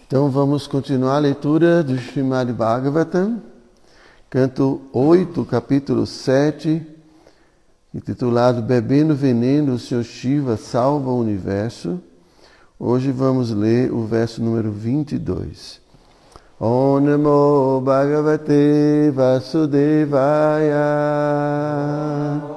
Então vamos continuar a leitura do Srimad Bhagavatam, canto 8, capítulo 7, intitulado Bebendo Veneno, o Senhor Shiva salva o universo. Hoje vamos ler o verso número 22. Om Namo Bhagavate Vasudevaya.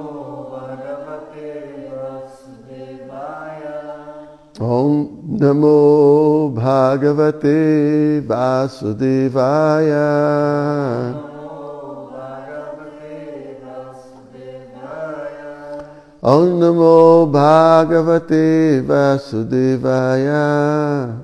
Om Namo Bhagavate Vasudevaya. Om Namo Bhagavate Vasudevaya.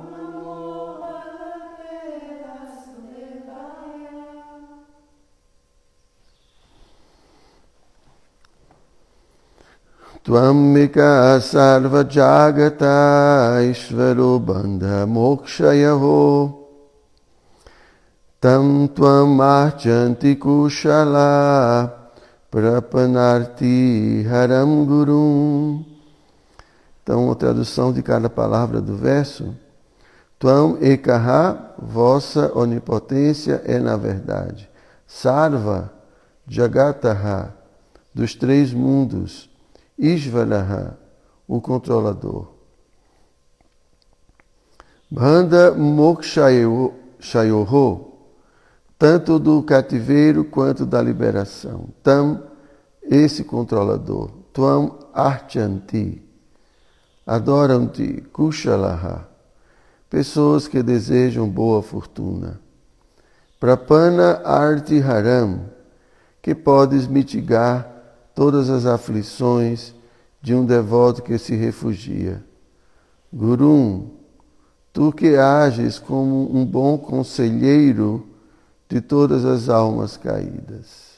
Tvamika sarva jagata ishvaro bandha mokshayaho tam tvam archanti kushala prapanarti haram gurum. Então, a tradução de cada palavra do verso. Tvam ekaha, vossa onipotência é na verdade. Sarva jagataha, dos três mundos. Ishvaraha, o controlador. Bandha mokshayoho, tanto do cativeiro quanto da liberação. Tam, esse controlador. Tvam archanti, adoram-te. Kushalaha, pessoas que desejam boa fortuna. Prapana arti haram, que podes mitigar todas as aflições de um devoto que se refugia. Gurum, tu que ages como um bom conselheiro de todas as almas caídas.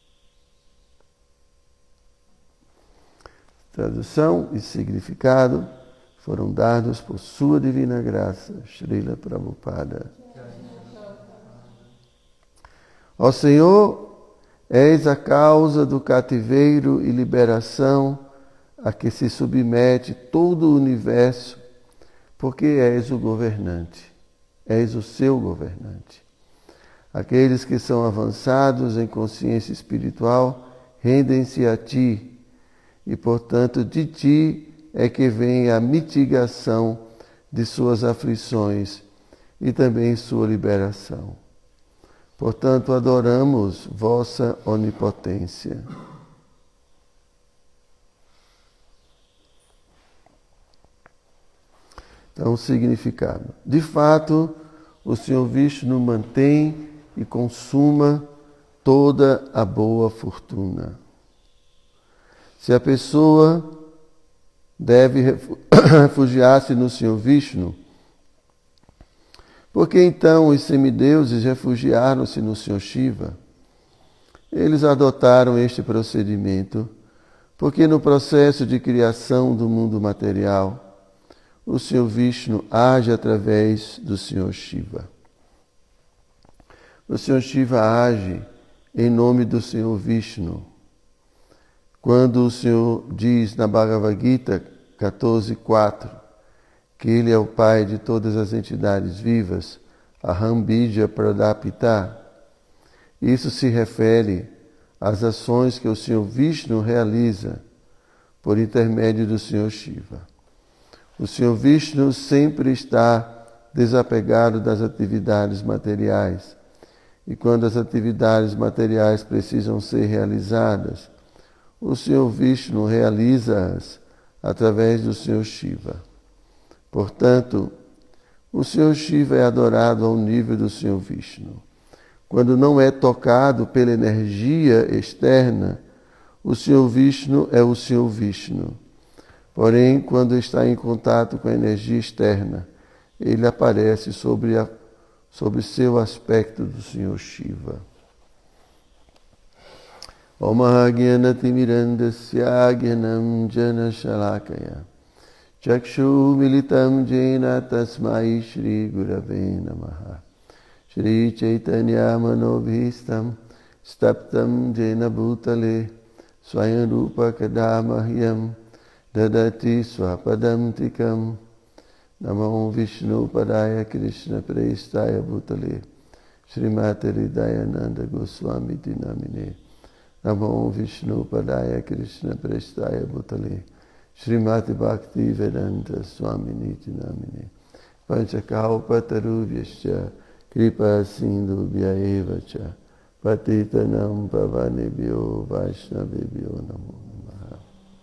Tradução e significado foram dados por sua divina graça, Srila Prabhupada. Ó Senhor, és a causa do cativeiro e liberação a que se submete todo o universo, porque és o governante, és o seu governante. Aqueles que são avançados em consciência espiritual rendem-se a ti, e portanto de ti é que vem a mitigação de suas aflições e também sua liberação. Portanto, adoramos vossa onipotência. Então, o significado. De fato, o Senhor Vishnu mantém e consuma toda a boa fortuna. Se a pessoa deve refugiar-se no Senhor Vishnu, por que então os semideuses refugiaram-se no Senhor Shiva? Eles adotaram este procedimento porque no processo de criação do mundo material, o Senhor Vishnu age através do Senhor Shiva. O Senhor Shiva age em nome do Senhor Vishnu. Quando o Senhor diz na Bhagavad Gita 14.4, que Ele é o Pai de todas as entidades vivas, Aham Bija Pradapita, isso se refere às ações que o Senhor Vishnu realiza por intermédio do Senhor Shiva. O Senhor Vishnu sempre está desapegado das atividades materiais, e quando as atividades materiais precisam ser realizadas, o Senhor Vishnu realiza-as através do Senhor Shiva. Portanto, o Senhor Shiva é adorado ao nível do Senhor Vishnu. Quando não é tocado pela energia externa, o Senhor Vishnu é o Senhor Vishnu. Porém, quando está em contato com a energia externa, ele aparece sobre seu aspecto do Senhor Shiva. Om Agyanatimirandasya Gyanam Jana Shalakaya Chakshu Militam Jena Tasmai Shri Gurave Namaha Shri Chaitanya Manobhistam Staptam Jena Bhutale Swayam Rupa Kadamahyam Dadati Swapadam Tikam Namo Vishnu Padaya Krishna Prestaya Bhutale Srimati Hridayananda Goswami Namine. Namo Vishnu Padaya Krishna Prestaya Bhutale Srimati Bhakti Vedanta Swami Namine. Panchakalpa Tarubhyascha Kripa Sindhubhya Eva Cha Patitanam Pavanebhyo Vaishnavebhyo Namo Namaha.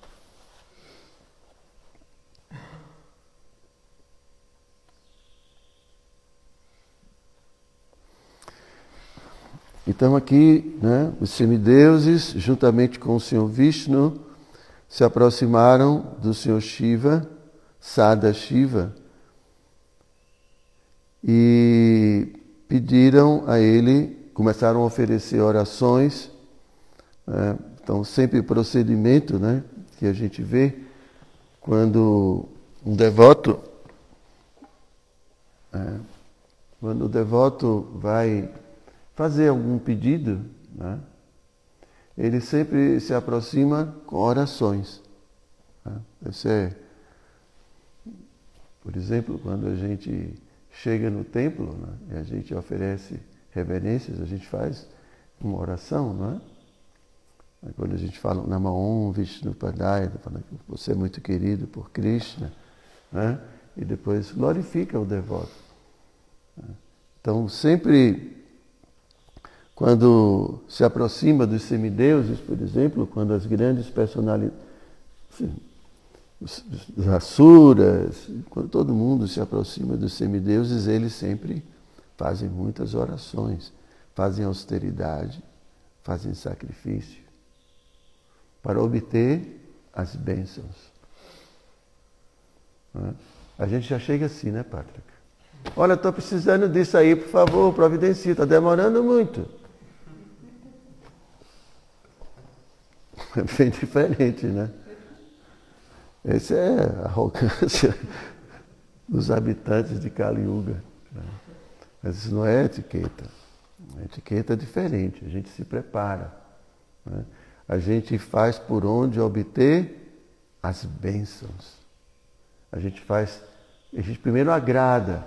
Então aqui, né, os semideuses, juntamente com o Senhor Vishnu, se aproximaram do Senhor Shiva, Sada Shiva, e pediram a ele, começaram a oferecer orações, né? Então sempre o procedimento, né, que a gente vê quando um devoto, quando o devoto vai fazer algum pedido, né, ele sempre se aproxima com orações. Né? Esse é, por exemplo, quando a gente chega no templo, né, e a gente oferece reverências, a gente faz uma oração, não é? Quando a gente fala Namo Vishnu Padaya, falando que você é muito querido por Krishna, né? E depois glorifica o devoto. Então, sempre quando se aproxima dos semideuses, por exemplo, quando as grandes personalidades, os asuras, quando todo mundo se aproxima dos semideuses, eles sempre fazem muitas orações, fazem austeridade, fazem sacrifício, para obter as bênçãos. A gente já chega assim, né, Pátrica? Olha, estou precisando disso aí, por favor, providencie, está demorando muito. É bem diferente, né? Essa é a arrogância dos habitantes de Kali Yuga. Né? Mas isso não é etiqueta. A etiqueta é diferente, a gente se prepara. Né? A gente faz por onde obter as bênçãos. A gente primeiro agrada.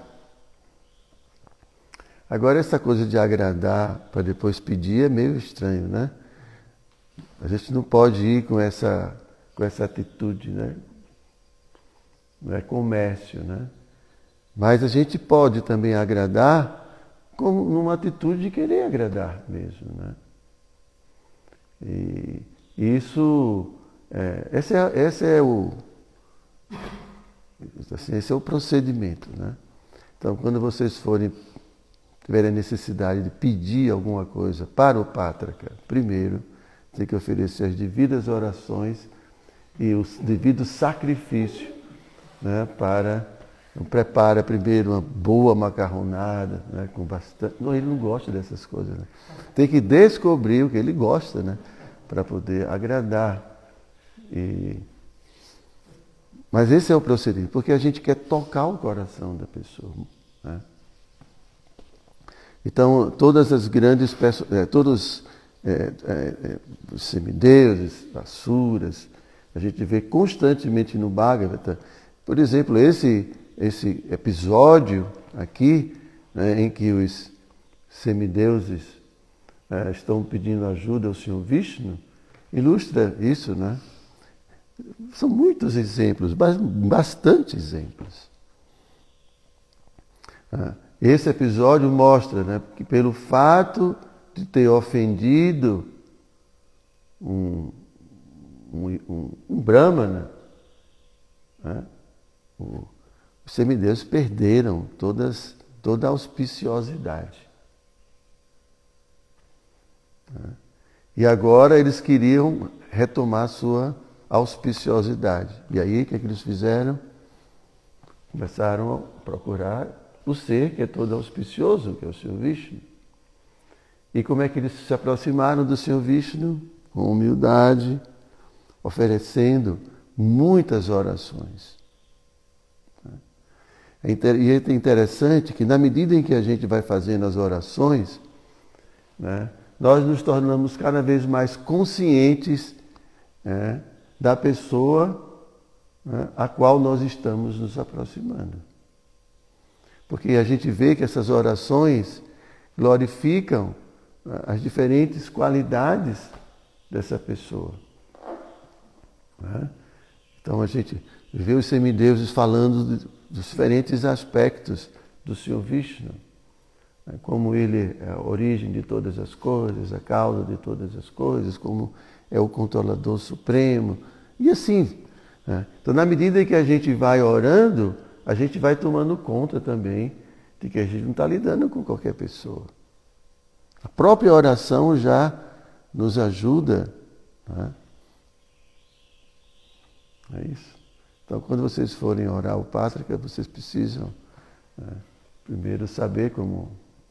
Agora essa coisa de agradar para depois pedir é meio estranho, né? A gente não pode ir com essa atitude, né? Não é comércio, né? Mas a gente pode também agradar como numa atitude de querer agradar mesmo, né? E isso, esse é o procedimento, né? Então, quando vocês tiverem a necessidade de pedir alguma coisa para o Pátraka, primeiro tem que oferecer as devidas orações e o devido sacrifício, né, prepara primeiro uma boa macarronada, né, com bastante. Não, ele não gosta dessas coisas, né? Tem que descobrir o que ele gosta, né, para poder agradar. Mas esse é o procedimento, porque a gente quer tocar o coração da pessoa, né? Então, todas as grandes pessoas, todos os semideuses, asuras, a gente vê constantemente no Bhagavata. Por exemplo, esse episódio aqui, né, em que os semideuses estão pedindo ajuda ao Senhor Vishnu, ilustra isso, né? São muitos exemplos, bastante exemplos. Esse episódio mostra, né, que pelo fato de ter ofendido um Brahmana, né, os semideuses perderam toda a auspiciosidade. E agora eles queriam retomar sua auspiciosidade. E aí, o que eles fizeram? Começaram a procurar o ser que é todo auspicioso, que é o Senhor Vishnu. E como é que eles se aproximaram do Senhor Vishnu? Com humildade, oferecendo muitas orações. E é interessante que na medida em que a gente vai fazendo as orações, né, nós nos tornamos cada vez mais conscientes, né, da pessoa, né, a qual nós estamos nos aproximando. Porque a gente vê que essas orações glorificam as diferentes qualidades dessa pessoa. Né? Então a gente vê os semideuses falando dos diferentes aspectos do Senhor Vishnu. Como ele é a origem de todas as coisas, a causa de todas as coisas, como é o controlador supremo, e assim. Então, na medida que a gente vai orando, a gente vai tomando conta também de que a gente não está lidando com qualquer pessoa. A própria oração já nos ajuda. Né? É isso. Então, quando vocês forem orar o Pátrica, vocês precisam primeiro saber como...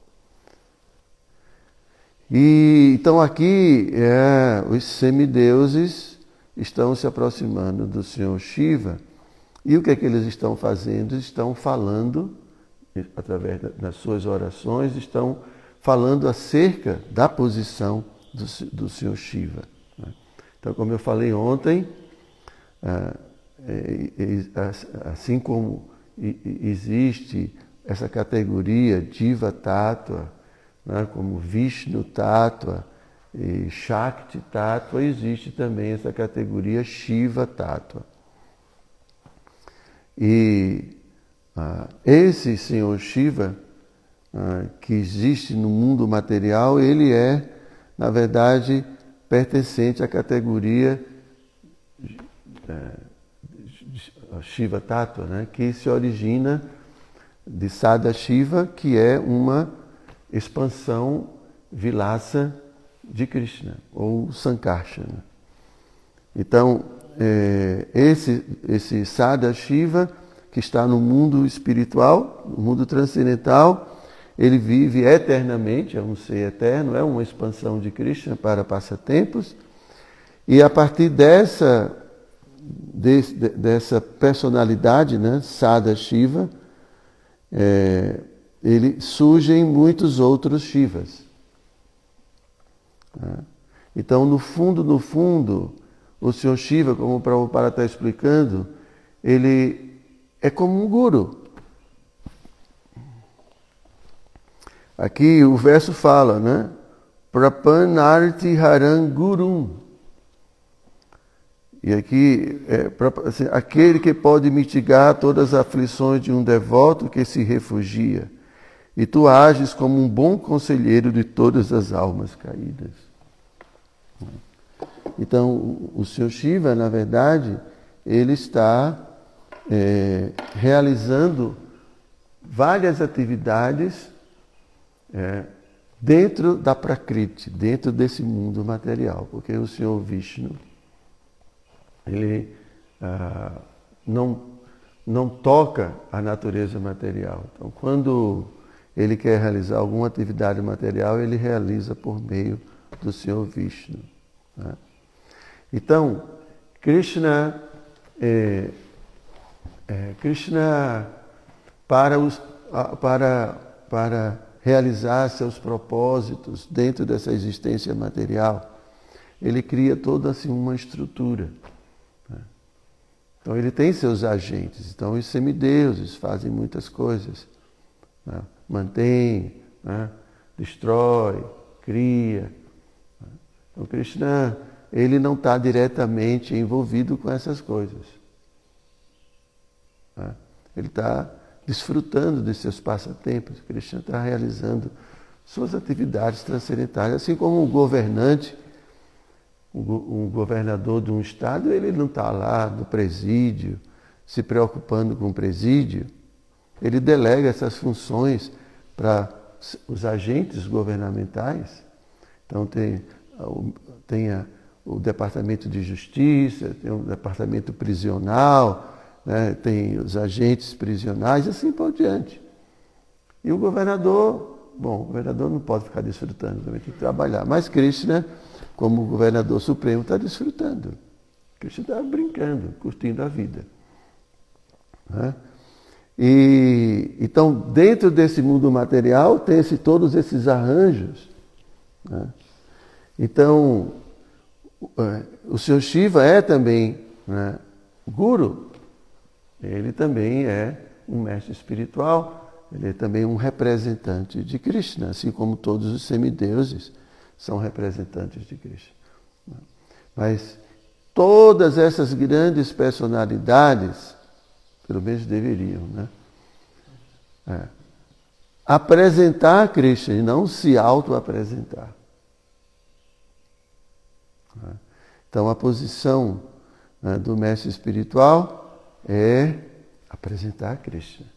Então aqui os semideuses estão se aproximando do Senhor Shiva, e o que é que eles estão fazendo? Estão falando, através das suas orações, estão falando acerca da posição do Senhor Shiva. Então, como eu falei ontem, assim como existe essa categoria Diva Tattva, né, como Vishnu Tattva e Shakti Tattva, existe também essa categoria Shiva Tattva. E esse Senhor Shiva, que existe no mundo material, ele é, na verdade, pertencente à categoria Shiva Tattva, né, que se origina de Sadashiva, que é uma expansão vilasa de Krishna, ou Sankarsana. Então, esse Sadashiva, que está no mundo espiritual, no mundo transcendental, ele vive eternamente, é um ser eterno, é uma expansão de Krishna para passatempos, e a partir dessa personalidade, né, Sadashiva, surgem muitos outros Shivas. Então, no fundo, o Senhor Shiva, como o Prabhupada está explicando, ele é como um guru. Aqui o verso fala, né? Prapanarti haram gurum. E aqui, assim, aquele que pode mitigar todas as aflições de um devoto que se refugia. E tu ages como um bom conselheiro de todas as almas caídas. Então, o Senhor Shiva, na verdade, ele está realizando várias atividades dentro da Prakriti, dentro desse mundo material. Porque o Senhor Vishnu, ele não toca a natureza material. Então, quando ele quer realizar alguma atividade material, ele realiza por meio do Senhor Vishnu. Né? Então, Krishna, para realizar seus propósitos dentro dessa existência material, ele cria toda assim, uma estrutura. Né? Então, ele tem seus agentes. Então, os semideuses fazem muitas coisas. Né? Mantém, né? Destrói, cria. Então, Krishna, ele não está diretamente envolvido com essas coisas. Né? Ele está desfrutando de seus passatempos. Krishna está realizando suas atividades transcendentais. Assim como um governante, um governador de um estado, ele não está lá no presídio, se preocupando com o presídio. Ele delega essas funções para os agentes governamentais. Então, tem o Departamento de Justiça, tem o Departamento Prisional, né, tem os agentes prisionais e assim por diante. E o governador não pode ficar desfrutando, também tem que trabalhar. Mas Krishna, como governador supremo, está desfrutando. Krishna está brincando, curtindo a vida. Né? Então, dentro desse mundo material, tem todos esses arranjos. Né? Então, o Senhor Shiva é também, né, guru. Ele também é um mestre espiritual ele é também um representante de Krishna, assim como todos os semideuses são representantes de Krishna. Mas todas essas grandes personalidades, pelo menos deveriam, né? Apresentar Krishna e não se auto-apresentar. Então a posição, né, do mestre espiritual é apresentar Krishna.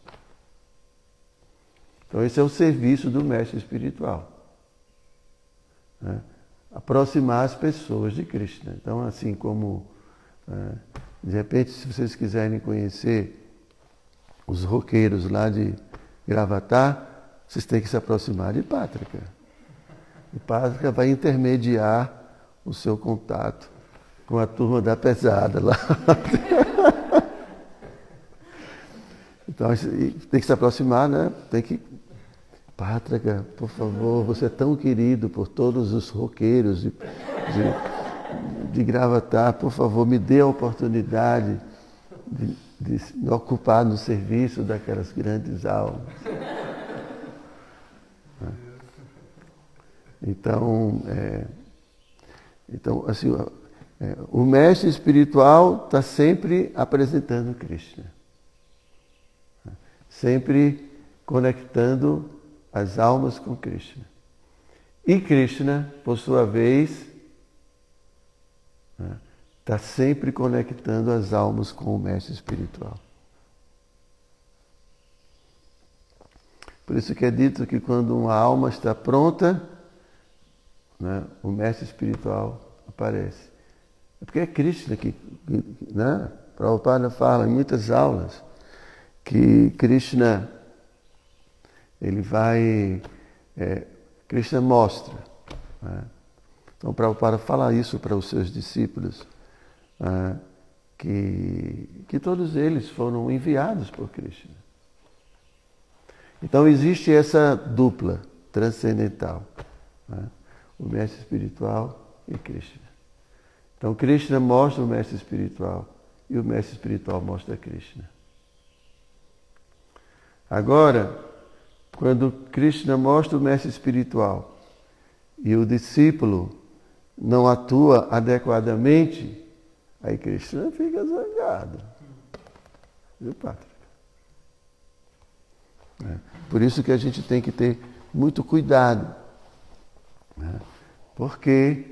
Então esse é o serviço do mestre espiritual, né? Aproximar as pessoas de Krishna. Então, assim como, de repente, se vocês quiserem conhecer os roqueiros lá de Gravatar, vocês têm que se aproximar de Pátrica. E Pátrica vai intermediar o seu contato com a turma da pesada lá. Então, tem que se aproximar, né? Tem que... Pátrica, por favor, você é tão querido por todos os roqueiros de Gravatar, por favor, me dê a oportunidade de me ocupar no serviço daquelas grandes almas. Então, assim, o mestre espiritual está sempre apresentando Krishna, sempre conectando as almas com Krishna. E Krishna, por sua vez, está sempre conectando as almas com o mestre espiritual. Por isso que é dito que quando uma alma está pronta, né, o mestre espiritual aparece. É porque é Krishna que, né, Prabhupada fala em muitas aulas que Krishna, ele vai... Krishna mostra, né? Então, Prabhupada fala isso para os seus discípulos, que todos eles foram enviados por Krishna. Então, existe essa dupla transcendental, né? O mestre espiritual e Krishna. Então, Krishna mostra o mestre espiritual e o mestre espiritual mostra Krishna. Agora, quando Krishna mostra o mestre espiritual e o discípulo não atua adequadamente, aí Krishna fica zangado. Viu, Pátrica? Por isso que a gente tem que ter muito cuidado, né? Porque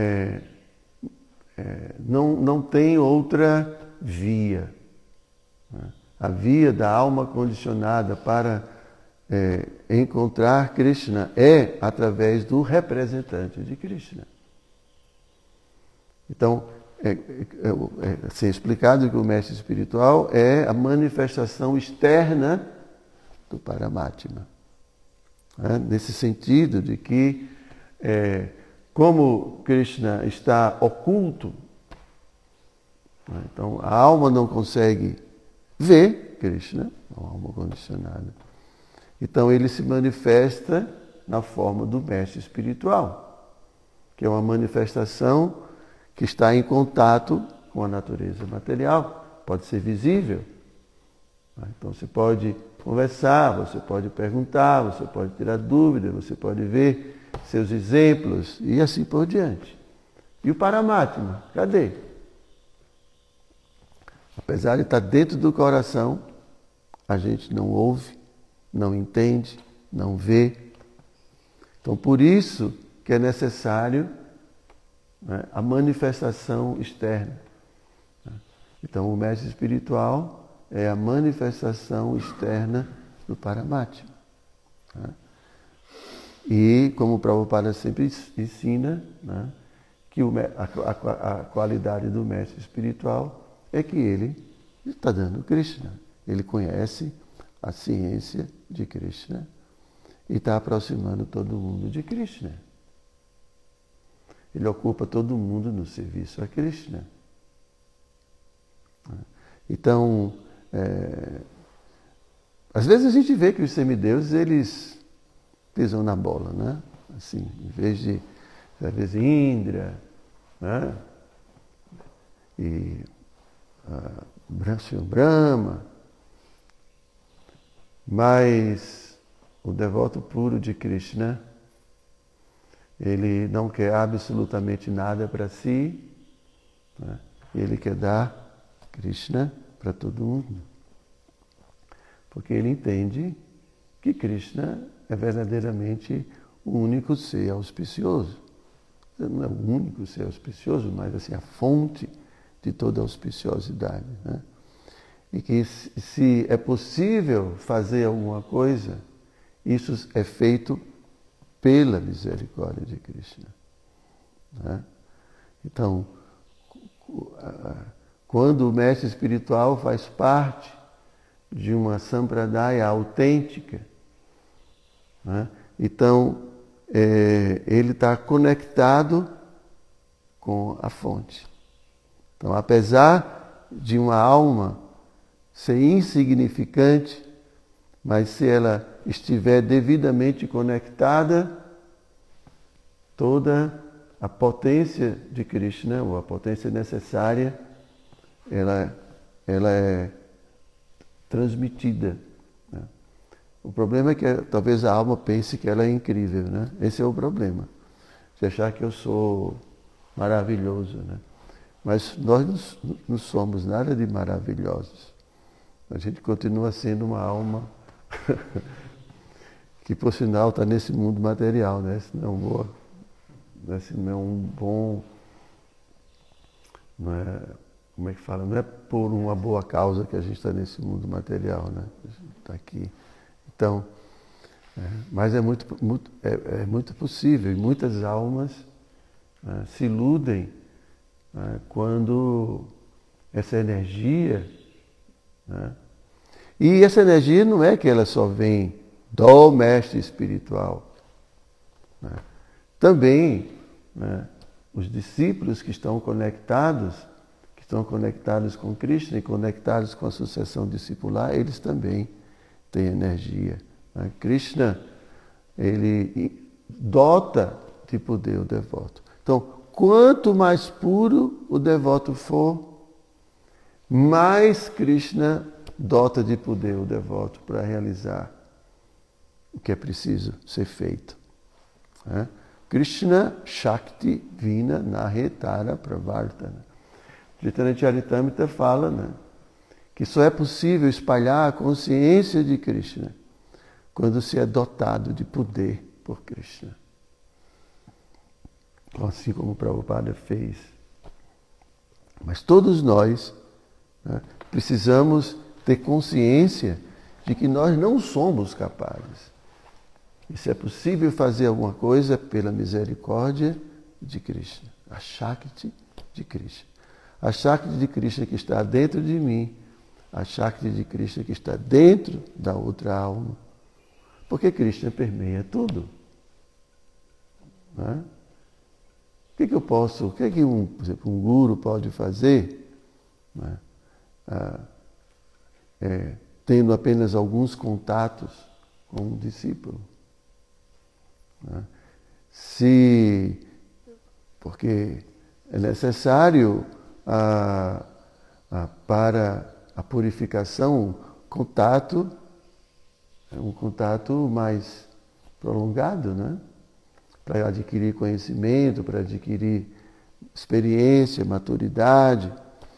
não tem outra via, né? A via da alma condicionada para encontrar Krishna é através do representante de Krishna. Então, assim, explicado que o mestre espiritual é a manifestação externa do Paramatma. Nesse sentido de que, como Krishna está oculto, né, então a alma não consegue ver Krishna, a alma condicionada. Então ele se manifesta na forma do mestre espiritual, que é uma manifestação que está em contato com a natureza material, pode ser visível. Então você pode conversar, você pode perguntar, você pode tirar dúvida, você pode ver seus exemplos e assim por diante. E o Paramatma, cadê? Apesar de estar dentro do coração, a gente não ouve, não entende, não vê. Então, por isso que é necessário, né, a manifestação externa. Então, o mestre espiritual é a manifestação externa do Paramatma. E, como o Prabhupada sempre ensina, né, que a qualidade do mestre espiritual é que ele está dando Krishna. Ele conhece a ciência de Krishna e está aproximando todo mundo de Krishna. Ele ocupa todo mundo no serviço a Krishna. Então, às vezes a gente vê que os semideuses, eles pisam na bola, né? Assim, em vez de, às vezes, Indra, né? E Brahma, Mas o devoto puro de Krishna, ele não quer absolutamente nada para si, né? Ele quer dar Krishna para todo mundo. Porque ele entende que Krishna é verdadeiramente o único ser auspicioso. Não é o único ser auspicioso, mas assim, a fonte de toda a auspiciosidade, né? E que se é possível fazer alguma coisa, isso é feito pela misericórdia de Krishna, né? Então, quando o mestre espiritual faz parte de uma sampradaya autêntica, né? Então, ele está conectado com a fonte. Então, apesar de uma alma ser insignificante, mas se ela estiver devidamente conectada, toda a potência de Krishna, ou a potência necessária, ela é transmitida, né? O problema é que talvez a alma pense que ela é incrível, né? Esse é o problema. De achar que eu sou maravilhoso, né? Mas nós não somos nada de maravilhosos. A gente continua sendo uma alma que, por sinal, está nesse mundo material, né? Esse não é um bom... Não é, como é que fala? Não é por uma boa causa que a gente está nesse mundo material, né? A gente está aqui. Então, mas é muito possível. E muitas almas, né, se iludem, né, quando essa energia... né? E essa energia não é que ela só vem do mestre espiritual, né? Também, né, os discípulos que estão conectados com Krishna e conectados com a sucessão discipular, eles também têm energia, né? Krishna, ele dota de poder o devoto. Então, quanto mais puro o devoto for, mais Krishna dota de poder o devoto para realizar o que é preciso ser feito, né? Krishna Shakti Vina Nahetara Pravartana. Chaitanya Charitamrita fala, né, que só é possível espalhar a consciência de Krishna quando se é dotado de poder por Krishna. Assim como o Prabhupada fez. Mas todos nós, né, precisamos ter consciência de que nós não somos capazes. E se é possível fazer alguma coisa pela misericórdia de Krishna, a Shakti de Krishna. A Shakti de Krishna que está dentro de mim, a Shakti de Krishna que está dentro da outra alma. Porque Krishna permeia tudo, né? O que por exemplo, um guru pode fazer, né, tendo apenas alguns contatos com um discípulo, né? Porque é necessário para a purificação um contato mais prolongado, né? Para adquirir conhecimento, para adquirir experiência, maturidade.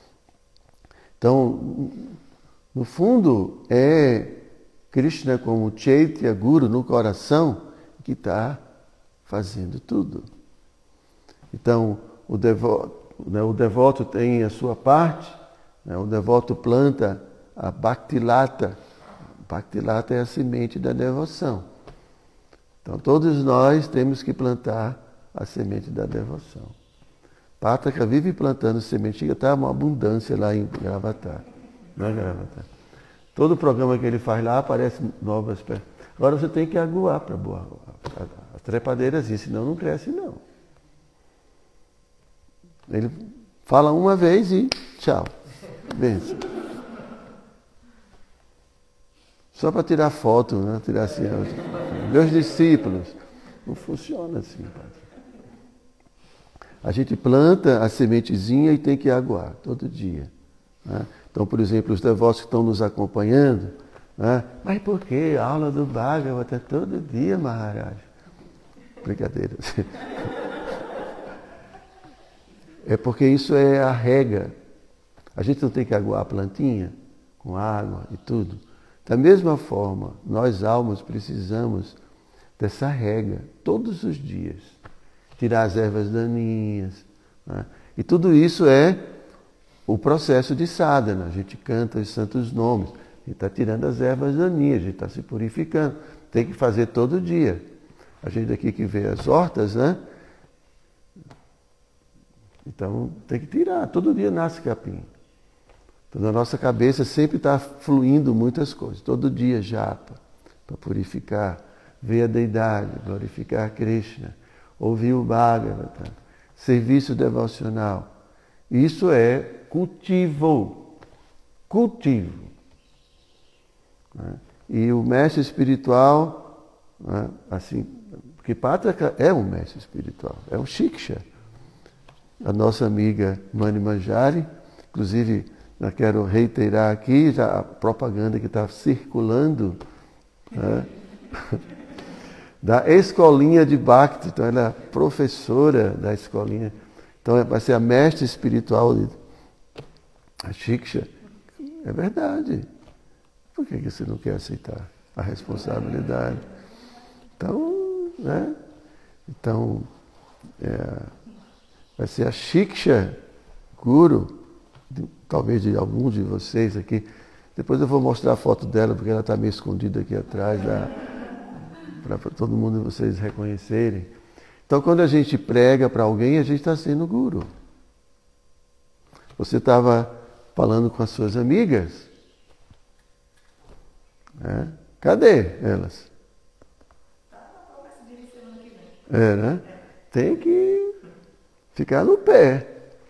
Então, no fundo, é Krishna como Chaitya Guru no coração que está fazendo tudo. Então, o devoto tem a sua parte, né? O devoto planta a Bhaktilata. Bhaktilata é a semente da devoção. Então, todos nós temos que plantar a semente da devoção. Pátaka vive plantando semente, chega a estar uma abundância lá em Gravatar. Não é Gravatar? Todo programa que ele faz lá aparece novas peças. Agora você tem que aguar para a trepadeirazinha, senão não cresce não. Ele fala uma vez e tchau. Benção. Só para tirar foto, né? Tirar assim, meus discípulos. Não funciona assim, padre. A gente planta a sementezinha e tem que aguar todo dia, né? Então, por exemplo, os devotos que estão nos acompanhando, Né? Mas por que a aula do Bhagavata todo dia, Maharaj? Brincadeira. É porque isso é a rega. A gente não tem que aguar a plantinha com água e tudo. Da mesma forma, nós almas precisamos dessa rega todos os dias. Tirar as ervas daninhas. Né? E tudo isso é o processo de sadhana. A gente canta os santos nomes. A gente está tirando as ervas daninhas, a gente está se purificando. Tem que fazer todo dia. A gente aqui que vê as hortas, né? Então tem que tirar. Todo dia nasce capim. Então na nossa cabeça sempre está fluindo muitas coisas. Todo dia japa, para purificar. Ver a deidade, glorificar Krishna. Ouvir o Bhagavata. Serviço devocional. Isso é cultivo. Cultivo. Né? E o mestre espiritual, né? Assim, porque Patraka é um mestre espiritual, é um Shiksha. A nossa amiga Mani Manjari, inclusive, eu quero reiterar aqui já a propaganda que está circulando, né? Da escolinha de Bhakti. Então, ela é professora da escolinha. Então, vai ser a mestre espiritual, a Shiksha. É verdade. Por que você não quer aceitar a responsabilidade? Então, né? Então, vai ser a Shiksha Guru, talvez de alguns de vocês aqui. Depois eu vou mostrar a foto dela, porque ela está meio escondida aqui atrás, para todo mundo vocês reconhecerem. Então, quando a gente prega para alguém, a gente está sendo Guru. Você estava falando com as suas amigas? Né? Cadê elas? Né? Tem que ficar no pé.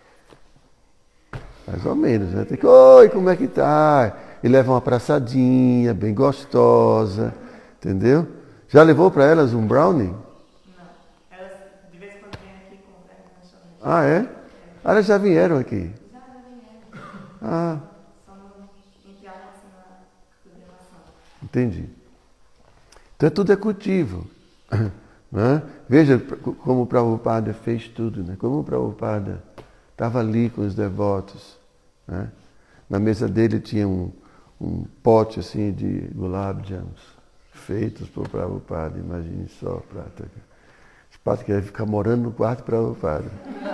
Mais ou menos, né? Tem que, oi, como é que tá? E leva uma abraçadinha, bem gostosa, entendeu? Já levou para elas um brownie? Não. Elas de vez em quando vêm aqui com o lanchonete. Ah, é? Ah, elas já vieram aqui? Já vieram. Ah. Só não enfiaram assim na coordenação. Entendi. Então tudo é cultivo. Né? Veja como o Prabhupada fez tudo, né? Como o Prabhupada estava ali com os devotos. Né? Na mesa dele tinha um pote assim de gulab jams feitos por Prabhupada. Imagine só, Prata. Os Prata queria ficar morando no quarto de Prabhupada.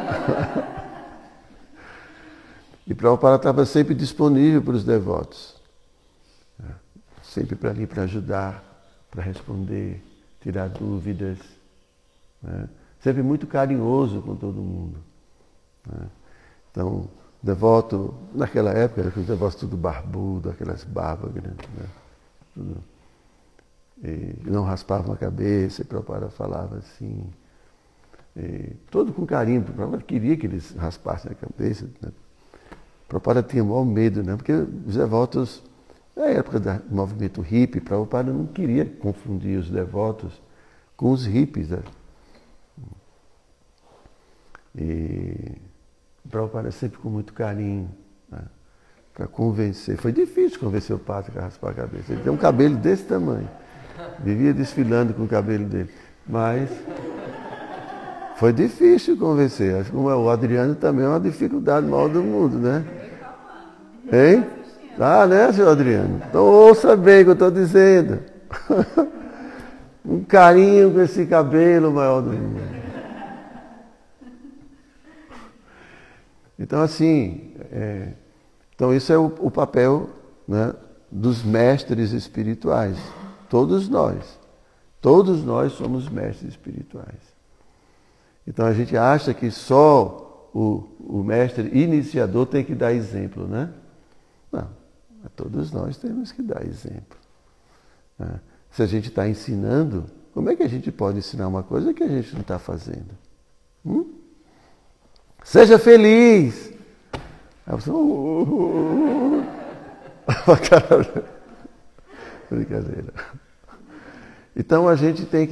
E Prabhupada estava sempre disponível para os devotos. Sempre para ali para ajudar, para responder, tirar dúvidas. Né? Sempre muito carinhoso com todo mundo. Né? Então, devoto, naquela época, os devotos tudo barbudo, aquelas barbas grandes, né? Tudo. E não raspavam a cabeça, e Prabhupada falava assim, todo com carinho, Prabhupada queria que eles raspassem a cabeça. Né? Prabhupada tinha o maior medo, né? Porque os devotos, na época do movimento hippie, Prabhupada não queria confundir os devotos com os hippies. Né? E Prabhupada sempre com muito carinho, né? Para convencer. Foi difícil convencer o padre a raspar a cabeça. Ele tem um cabelo desse tamanho. Vivia desfilando com o cabelo dele. Mas foi difícil convencer. Acho que o Adriano também é uma dificuldade maior do mundo, né? Hein? Ah, né, senhor Adriano? Então ouça bem o que eu estou dizendo. Um carinho com esse cabelo maior do mundo. Então, assim, então isso é o papel, né, dos mestres espirituais. Todos nós somos mestres espirituais. Então a gente acha que só o mestre iniciador tem que dar exemplo, né? Não, todos nós temos que dar exemplo. Né? Se a gente está ensinando, como é que a gente pode ensinar uma coisa que a gente não está fazendo? Seja feliz! Aí você, brincadeira. Então a gente tem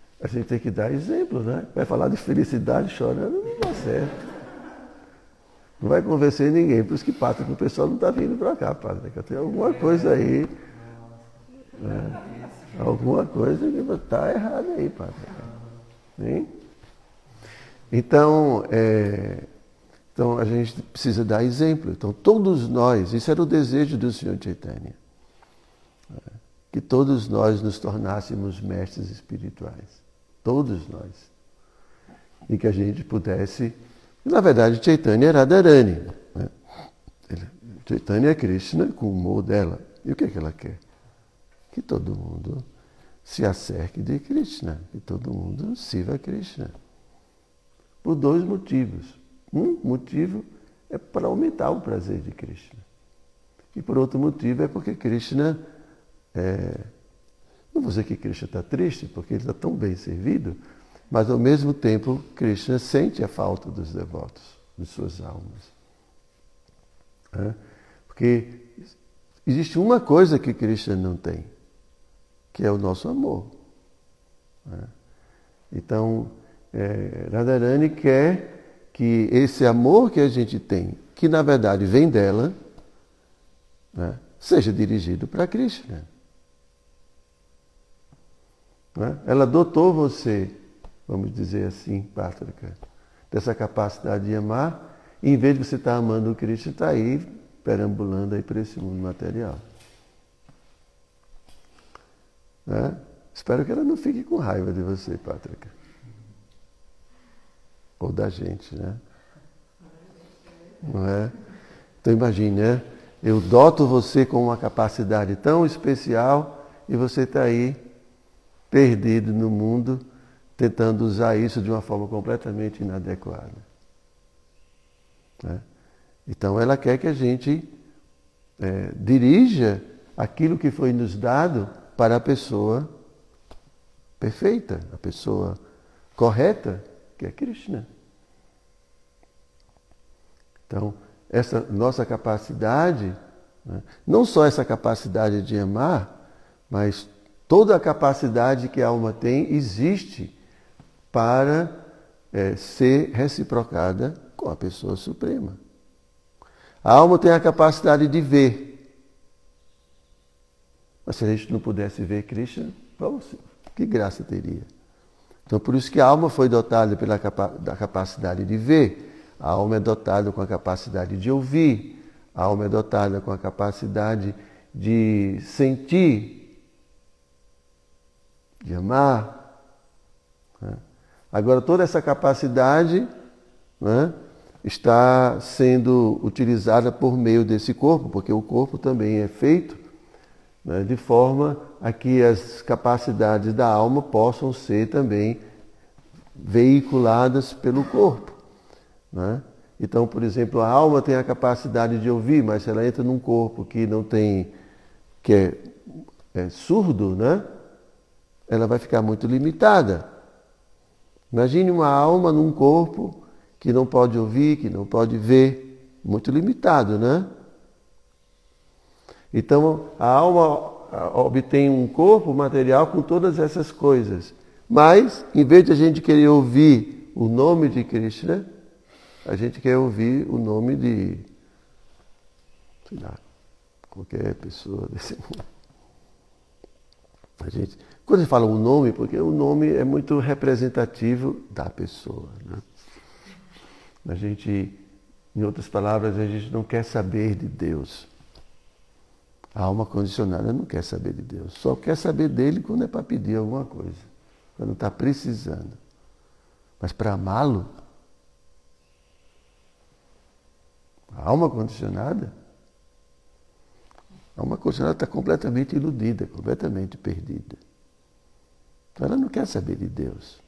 que dar exemplo, né? Vai falar de felicidade chorando, não dá certo. Não vai convencer ninguém. Por isso que, Pátrica, o pessoal não está vindo para cá, Pátrica. Tem alguma coisa aí. Alguma coisa que está errada aí, Pátrica. Hein? Então, a gente precisa dar exemplo. Então, todos nós, isso era o desejo do Senhor Chaitanya, que todos nós nos tornássemos mestres espirituais. Todos nós. E que a gente pudesse... Na verdade, Chaitanya é Radharani. Né? Chaitanya é Krishna com o humor dela. E o que é que ela quer? Que todo mundo se acerque de Krishna. Que todo mundo sirva a Krishna. Por dois motivos. Um motivo é para aumentar o prazer de Krishna. E por outro motivo é porque Krishna... Não vou dizer que Krishna está triste, porque ele está tão bem servido, mas ao mesmo tempo Krishna sente a falta dos devotos, de suas almas. Porque existe uma coisa que Krishna não tem, que é o nosso amor. Então, Radharani quer que esse amor que a gente tem, que na verdade vem dela, seja dirigido para Krishna. Ela dotou você, vamos dizer assim, Pátrica, dessa capacidade de amar, e em vez de você estar amando o Krishna, está aí perambulando aí por esse mundo material. Espero que ela não fique com raiva de você, Pátrica. Ou da gente, né? Não é? Então imagine, né? Eu doto você com uma capacidade tão especial e você está aí perdido no mundo, tentando usar isso de uma forma completamente inadequada. Então ela quer que a gente dirija aquilo que foi nos dado para a pessoa perfeita, a pessoa correta, que é Krishna. Então, essa nossa capacidade, não só essa capacidade de amar, mas toda a capacidade que a alma tem existe para ser reciprocada com a pessoa suprema. A alma tem a capacidade de ver. Mas se a gente não pudesse ver Krishna, que graça teria? Então, por isso que a alma foi dotada da capacidade de ver. A alma é dotada com a capacidade de ouvir. A alma é dotada com a capacidade de sentir, de amar. Agora, toda essa capacidade está sendo utilizada por meio desse corpo, porque o corpo também é feito de forma a que as capacidades da alma possam ser também veiculadas pelo corpo. Então, por exemplo, a alma tem a capacidade de ouvir, mas se ela entra num corpo que não tem, que é surdo, ela vai ficar muito limitada. Imagine uma alma num corpo que não pode ouvir, que não pode ver, muito limitado, Então, a alma obtém um corpo material com todas essas coisas. Mas, em vez de a gente querer ouvir o nome de Krishna, a gente quer ouvir o nome de, sei lá, qualquer pessoa desse mundo. Quando a gente fala o nome, porque o nome é muito representativo da pessoa. A gente, em outras palavras, a gente não quer saber de Deus. A alma condicionada não quer saber de Deus. Só quer saber dele quando é para pedir alguma coisa. Quando está precisando. Mas para amá-lo, a alma condicionada está completamente iludida, completamente perdida. Então ela não quer saber de Deus.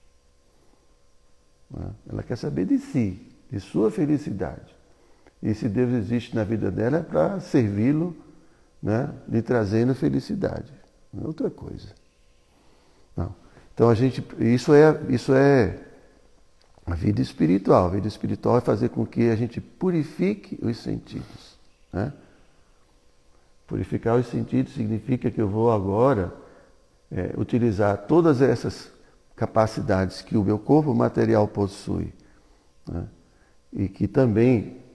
Ela quer saber de si, de sua felicidade. E se Deus existe na vida dela é para servi-lo, lhe trazendo felicidade. Não é outra coisa. Não. Então isso é a vida espiritual. A vida espiritual é fazer com que a gente purifique os sentidos. Purificar os sentidos significa que eu vou agora utilizar todas essas capacidades que o meu corpo material possui, e que também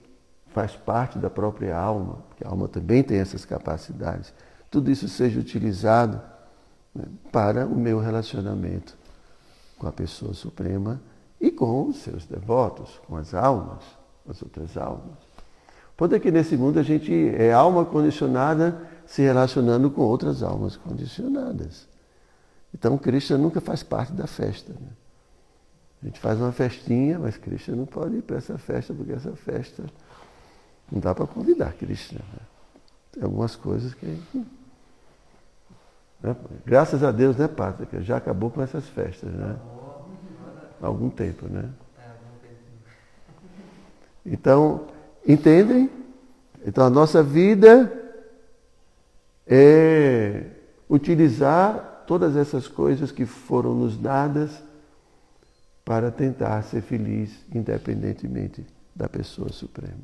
faz parte da própria alma, porque a alma também tem essas capacidades, tudo isso seja utilizado, né, para o meu relacionamento com a pessoa suprema e com os seus devotos, com as almas, as outras almas. Pode que nesse mundo a gente é alma condicionada se relacionando com outras almas condicionadas. Então Krishna nunca faz parte da festa, né? A gente faz uma festinha, mas Krishna não pode ir para essa festa, porque essa festa não dá para convidar Krishna, né? Tem algumas coisas que... né? Graças a Deus, né, Pátrica? Já acabou com essas festas, né? Há algum tempo, né? Então, entendem? Então a nossa vida é utilizar todas essas coisas que foram nos dadas para tentar ser feliz, independentemente da pessoa suprema.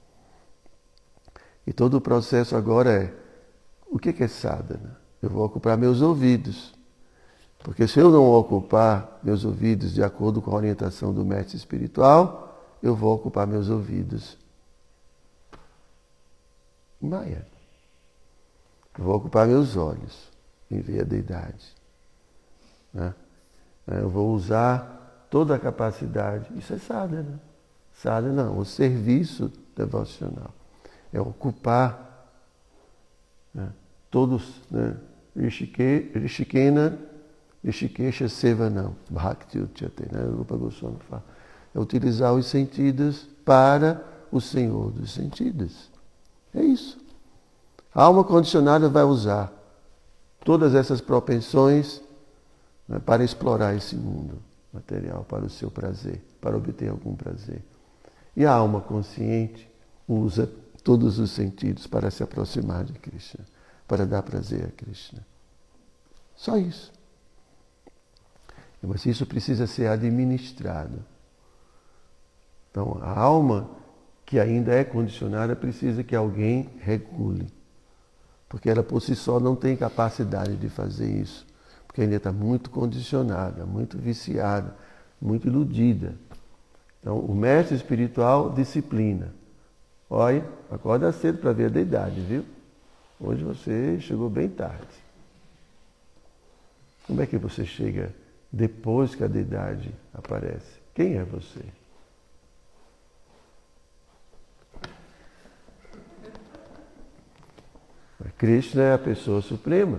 E todo o processo agora é, o que é sadhana? Eu vou ocupar meus ouvidos. Porque se eu não ocupar meus ouvidos de acordo com a orientação do mestre espiritual, eu vou ocupar meus ouvidos em Maya. Eu vou ocupar meus olhos em ver a deidade, né? Eu vou usar toda a capacidade. Isso é sadhana. Sadhana não, o serviço devocional. É ocupar, né, todos, né, Rishikesha Sevanam, Bhakti Uchyate, né? O Rupa Goswami fala. É utilizar os sentidos para o Senhor dos sentidos. É isso. A alma condicionada vai usar todas essas propensões, né, para explorar esse mundo material, para o seu prazer, para obter algum prazer. E a alma consciente usa todos os sentidos para se aproximar de Krishna, para dar prazer a Krishna. Só isso. Mas isso precisa ser administrado. Então, a alma que ainda é condicionada precisa que alguém regule. Porque ela por si só não tem capacidade de fazer isso. Porque ainda está muito condicionada, muito viciada, muito iludida. Então, o mestre espiritual disciplina. Olha, acorda cedo para ver a deidade, viu? Hoje você chegou bem tarde. Como é que você chega depois que a deidade aparece? Quem é você? Krishna é a pessoa suprema,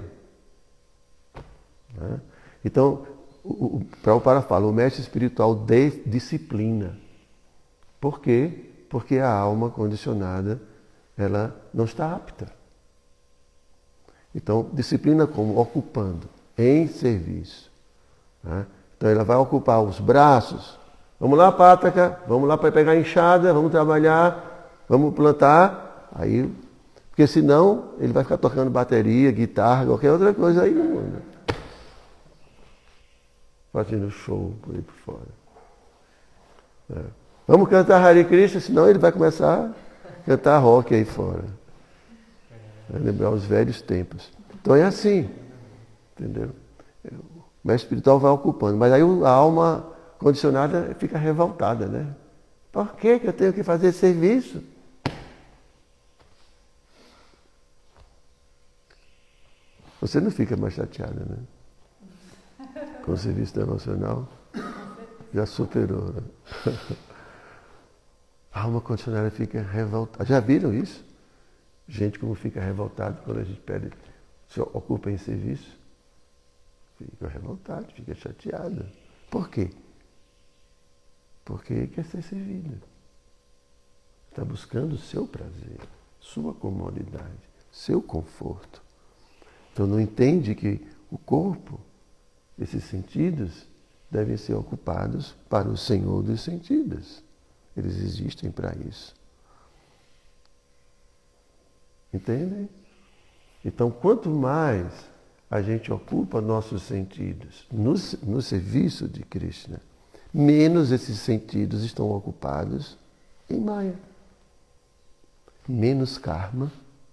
né? Então, Prabhupada fala, o mestre espiritual disciplina. Por quê? Porque a alma condicionada, ela não está apta. Então, disciplina como? Ocupando, em serviço, né? Então, ela vai ocupar os braços. Vamos lá, Pátaka, vamos lá para pegar a enxada, vamos trabalhar, vamos plantar. Aí, porque senão, ele vai ficar tocando bateria, guitarra, qualquer outra coisa aí no mundo. Fazendo show por aí por fora. É. Vamos cantar Hare Krishna, senão ele vai começar a cantar rock aí fora. Vai lembrar os velhos tempos. Então é assim, entendeu? O mestre espiritual vai ocupando, mas aí a alma condicionada fica revoltada, né? Por que eu tenho que fazer esse serviço? Você não fica mais chateada, né? Com o serviço devocional? Já superou, né? A alma condicionada fica revoltada. Já viram isso? Gente como fica revoltada quando a gente pede, se ocupa em serviço. Fica revoltada, fica chateada. Por quê? Porque quer ser servida. Está buscando o seu prazer, sua comodidade, seu conforto. Então não entende que o corpo, esses sentidos, devem ser ocupados para o Senhor dos sentidos. Eles existem para isso. Entendem? Então, quanto mais a gente ocupa nossos sentidos no serviço de Krishna, menos esses sentidos estão ocupados em Maya. Menos karma,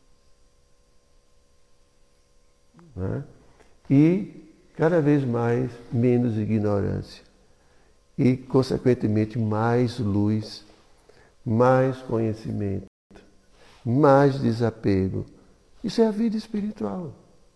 né? E cada vez mais menos ignorância. E, consequentemente, mais luz, mais conhecimento, mais desapego. Isso é a vida espiritual.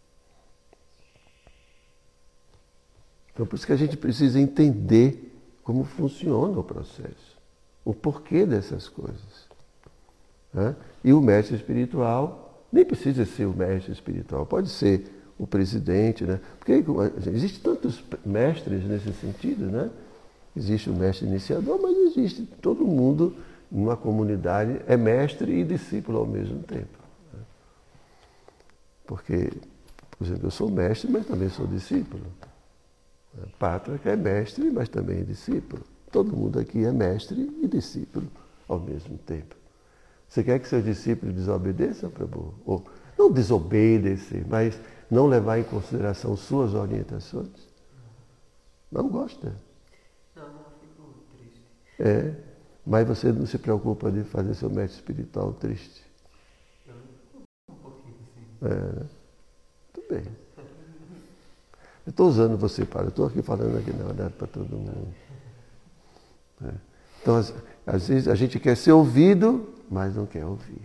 Então, por isso que a gente precisa entender como funciona o processo, o porquê dessas coisas. Né? E o mestre espiritual nem precisa ser o mestre espiritual, pode ser o presidente, né? Porque existem tantos mestres nesse sentido, né? Existe o mestre iniciador, mas existe todo mundo numa comunidade, é mestre e discípulo ao mesmo tempo. Né? Porque, por exemplo, eu sou mestre, mas também sou discípulo. Pátrica é mestre, mas também é discípulo. Todo mundo aqui é mestre e discípulo ao mesmo tempo. Você quer que seus discípulos desobedeçam, Prabhu? Ou não desobedecer, mas não levar em consideração suas orientações? Não gosta. Não, fico triste. É, mas você não se preocupa de fazer seu mestre espiritual triste? Eu um pouquinho, sim. É, tudo bem. Eu estou usando você para, eu estou aqui falando aqui na verdade para todo mundo. É. Então, às vezes a gente quer ser ouvido, mas não quer ouvir.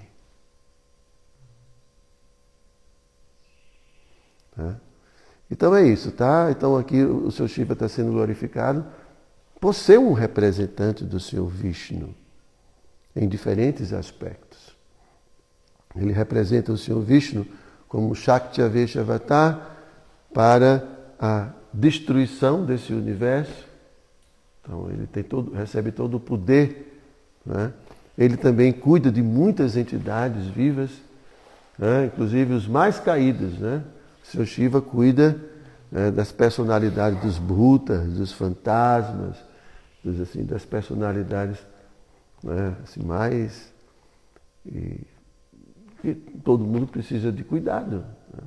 É. Então é isso, tá? Então aqui o seu Shiva está sendo glorificado por ser um representante do Senhor Vishnu em diferentes aspectos. Ele representa o Senhor Vishnu como Shakti Aveshavatar para a destruição desse universo. Então ele recebe todo o poder. Né? Ele também cuida de muitas entidades vivas, né? Inclusive os mais caídos. Né? O Senhor Shiva cuida, né, das personalidades dos bhutas, dos fantasmas, das personalidades, né, assim, mais... E todo mundo precisa de cuidado. Né?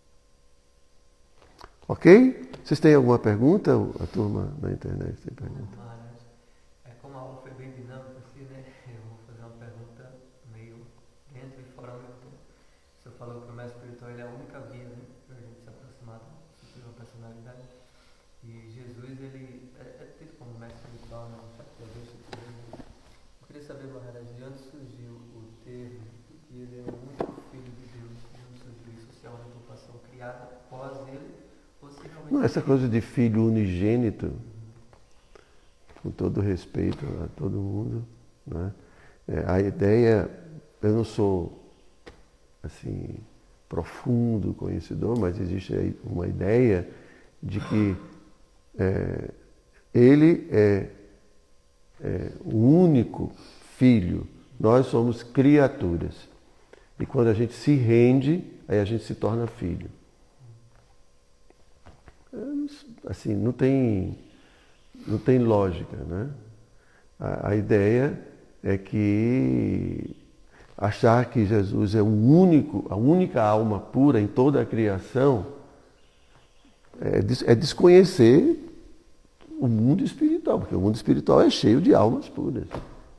Ok? Vocês têm alguma pergunta? A turma na internet tem pergunta? Como a aula foi bem dinâmica, assim, né? Eu vou fazer uma pergunta meio dentro e fora ao mesmo tempo. O senhor falou que o mestre espiritual ele é a única via, né, para a gente se aproximar da suprema personalidade. E Jesus, ele é tido como mestre espiritual, né? Eu queria saber, Maharaj, de onde surgiu o termo que ele é o único filho de Deus, de onde surgiu isso? Se é uma ocupação criada após ele, ou se realmente... Não, essa coisa de filho unigênito, com todo respeito a todo mundo, né? A ideia, eu não sou assim profundo conhecedor, mas existe aí uma ideia de que ele é o único filho. Nós somos criaturas. E quando a gente se rende, aí a gente se torna filho. Assim, não tem lógica, né? A ideia é que achar que Jesus é a única alma pura em toda a criação é desconhecer o mundo espiritual, porque o mundo espiritual é cheio de almas puras.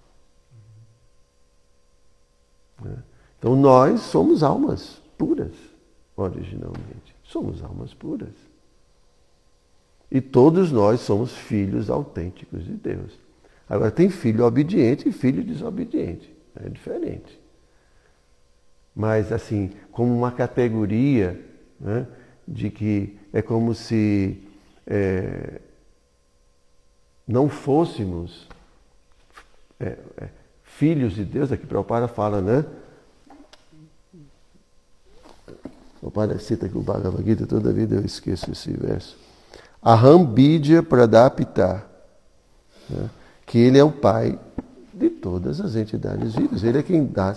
Então nós somos almas puras, originalmente. Somos almas puras. E todos nós somos filhos autênticos de Deus. Agora tem filho obediente e filho desobediente. É diferente. Mas assim, como uma categoria, né, de que é como se não fôssemos filhos de Deus, aqui Prabhupada fala, né? Prabhupada cita aqui o Bhagavad Gita, toda vida eu esqueço esse verso. Aham Bidya Pradapita, né? Que ele é o pai de todas as entidades vivas, ele é quem dá.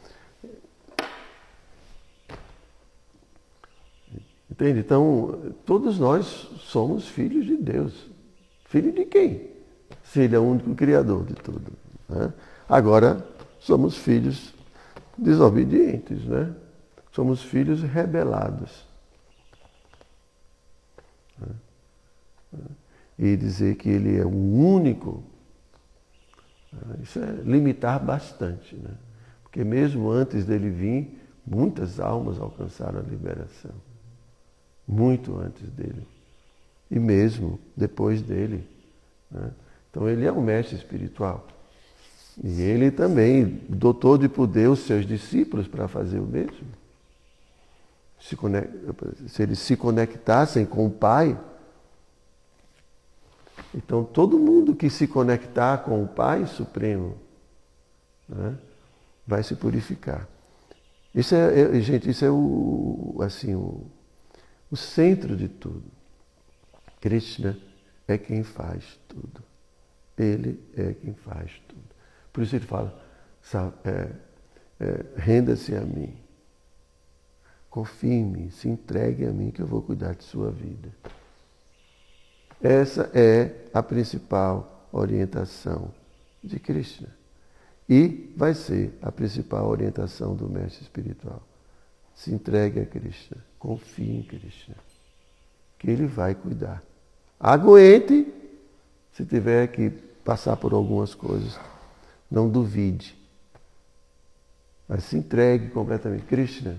Entende? Então, todos nós somos filhos de Deus. Filho de quem? Se ele é o único criador de tudo. Né? Agora, somos filhos desobedientes, né? Somos filhos rebelados. E dizer que ele é o único, isso é limitar bastante, né? Porque mesmo antes dele vir, muitas almas alcançaram a liberação. Muito antes dele. E mesmo depois dele. Né? Então ele é um mestre espiritual. E ele também dotou de poder os seus discípulos para fazer o mesmo. Se eles se conectassem com o Pai, então todo mundo que se conectar com o Pai Supremo, né, vai se purificar. Gente, isso é o centro de tudo. Krishna é quem faz tudo. Ele é quem faz tudo. Por isso ele fala, renda-se a mim. Confie em mim, se entregue a mim que eu vou cuidar de sua vida. Essa é a principal orientação de Krishna. E vai ser a principal orientação do mestre espiritual. Se entregue a Krishna, confie em Krishna, que ele vai cuidar. Aguente se tiver que passar por algumas coisas. Não duvide. Mas se entregue completamente. Krishna,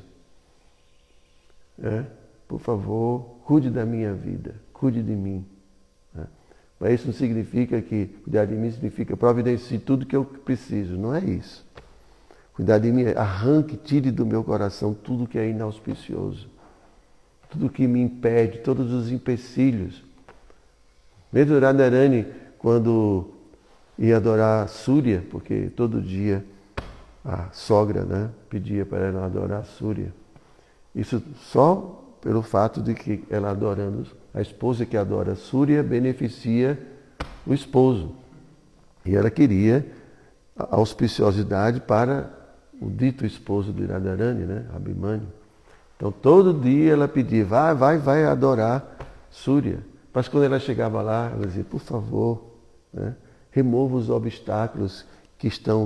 por favor, cuide da minha vida, cuide de mim. Mas isso não significa que cuidar de mim significa providencie tudo que eu preciso. Não é isso. Cuidar de mim, arranque, tire do meu coração tudo que é inauspicioso. Tudo que me impede, todos os empecilhos. Mesmo Radharani, quando ia adorar Surya, porque todo dia a sogra, né, pedia para ela adorar Surya. Isso só pelo fato de que ela adorando, a esposa que adora Surya beneficia o esposo. E ela queria a auspiciosidade para o dito esposo de Radharani, né, Abhimanyu. Então todo dia ela pedia, vai adorar Surya. Mas quando ela chegava lá, ela dizia, por favor, né, remova os obstáculos que estão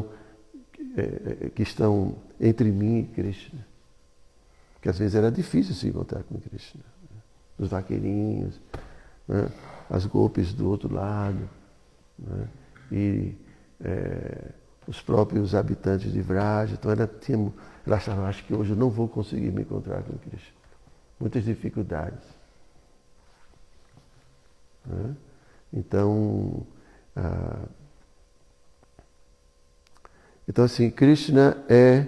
entre mim e Krishna. Porque às vezes era difícil se encontrar com Krishna. Os vaqueirinhos, né, as golpes do outro lado, né, e os próprios habitantes de Vraja. Então ela achava, acho que hoje eu não vou conseguir me encontrar com Krishna. Muitas dificuldades. Né? Então, assim, Krishna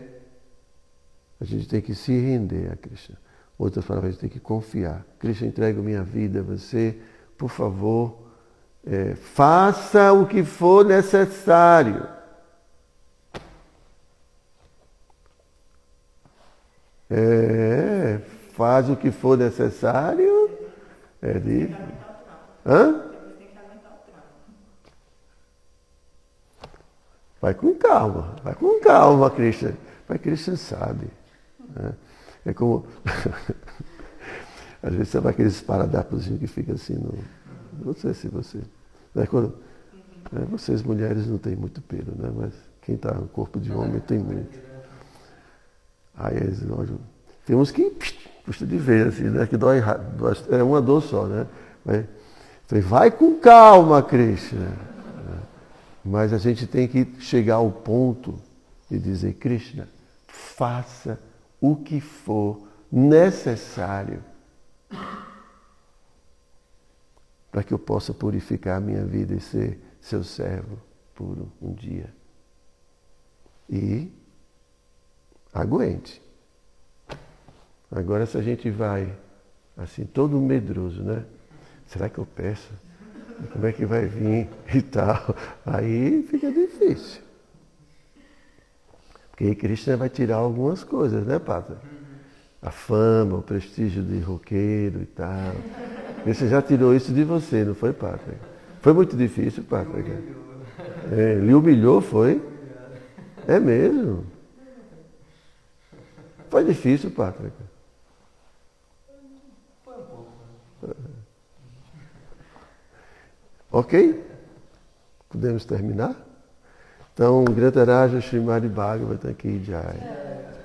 a gente tem que se render a Krishna. Outras palavras, a gente tem que confiar. Krishna, entrega minha vida a você, por favor, faça o que for necessário. Faz o que for necessário. Hã? Vai com calma, Krishna. Mas Krishna sabe. Né? É como. Às vezes você vai aqueles esparadrapozinhos que fica assim no. Não sei se você. Né? Vocês mulheres não têm muito pelo, né? Mas quem está no corpo de homem tem muito. Aí eles olham. Tem uns que custa de ver, assim, né? Que dói, é uma dor só, né? Então, vai com calma, Krishna. Mas a gente tem que chegar ao ponto de dizer, Krishna, faça o que for necessário para que eu possa purificar a minha vida e ser seu servo puro um dia. E aguente. Agora se a gente vai assim, todo medroso, né? Será que eu peço? Como é que vai vir e tal? Aí fica difícil. Porque aí Krishna vai tirar algumas coisas, né, Pátria? A fama, o prestígio de roqueiro e tal. Você já tirou isso de você, não foi, Pátria? Foi muito difícil, Pátria? Lhe humilhou, foi? É mesmo? Foi difícil, Pátria? Foi um pouco. Ok? Podemos terminar? Então, Grantaraja Srimad Bhagavatam Ki Jai.